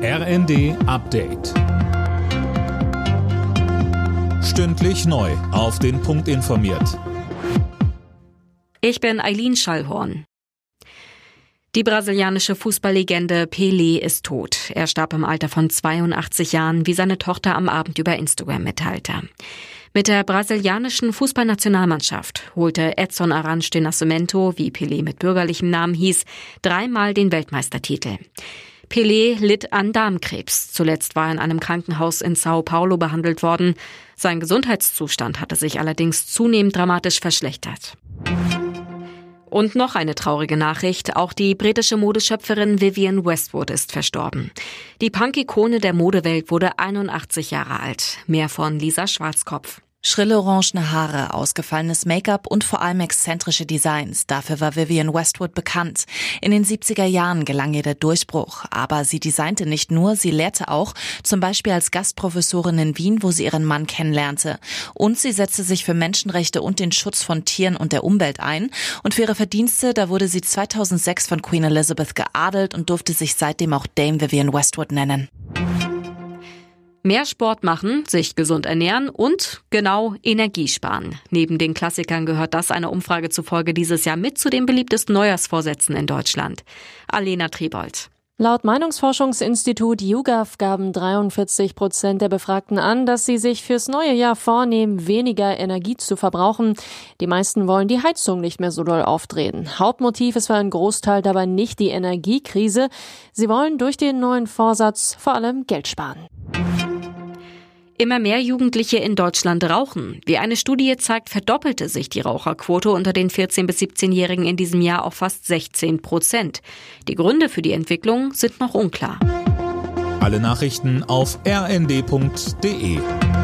RND Update. Stündlich neu auf den Punkt informiert. Ich bin Eileen Schallhorn. Die brasilianische Fußballlegende Pelé ist tot. Er starb im Alter von 82 Jahren, wie seine Tochter am Abend über Instagram mitteilte. Mit der brasilianischen Fußballnationalmannschaft holte Edson Arantes de Nascimento, wie Pelé mit bürgerlichem Namen hieß, 3-mal den Weltmeistertitel. Pelé litt an Darmkrebs. Zuletzt war er in einem Krankenhaus in Sao Paulo behandelt worden. Sein Gesundheitszustand hatte sich allerdings zunehmend dramatisch verschlechtert. Und noch eine traurige Nachricht. Auch die britische Modeschöpferin Vivienne Westwood ist verstorben. Die Punk-Ikone der Modewelt wurde 81 Jahre alt. Mehr von Lisa Schwarzkopf. Schrille orangene Haare, ausgefallenes Make-up und vor allem exzentrische Designs. Dafür war Vivienne Westwood bekannt. In den 70er Jahren gelang ihr der Durchbruch. Aber sie designte nicht nur, sie lehrte auch, zum Beispiel als Gastprofessorin in Wien, wo sie ihren Mann kennenlernte. Und sie setzte sich für Menschenrechte und den Schutz von Tieren und der Umwelt ein. Und für ihre Verdienste, da wurde sie 2006 von Queen Elizabeth geadelt und durfte sich seitdem auch Dame Vivienne Westwood nennen. Mehr Sport machen, sich gesund ernähren und, Energie sparen. Neben den Klassikern gehört das einer Umfrage zufolge dieses Jahr mit zu den beliebtesten Neujahrsvorsätzen in Deutschland. Alena Triebold. Laut Meinungsforschungsinstitut YouGov gaben 43% der Befragten an, dass sie sich fürs neue Jahr vornehmen, weniger Energie zu verbrauchen. Die meisten wollen die Heizung nicht mehr so doll aufdrehen. Hauptmotiv ist für einen Großteil dabei nicht die Energiekrise. Sie wollen durch den neuen Vorsatz vor allem Geld sparen. Immer mehr Jugendliche in Deutschland rauchen. Wie eine Studie zeigt, verdoppelte sich die Raucherquote unter den 14- bis 17-Jährigen in diesem Jahr auf fast 16%. Die Gründe für die Entwicklung sind noch unklar. Alle Nachrichten auf rnd.de.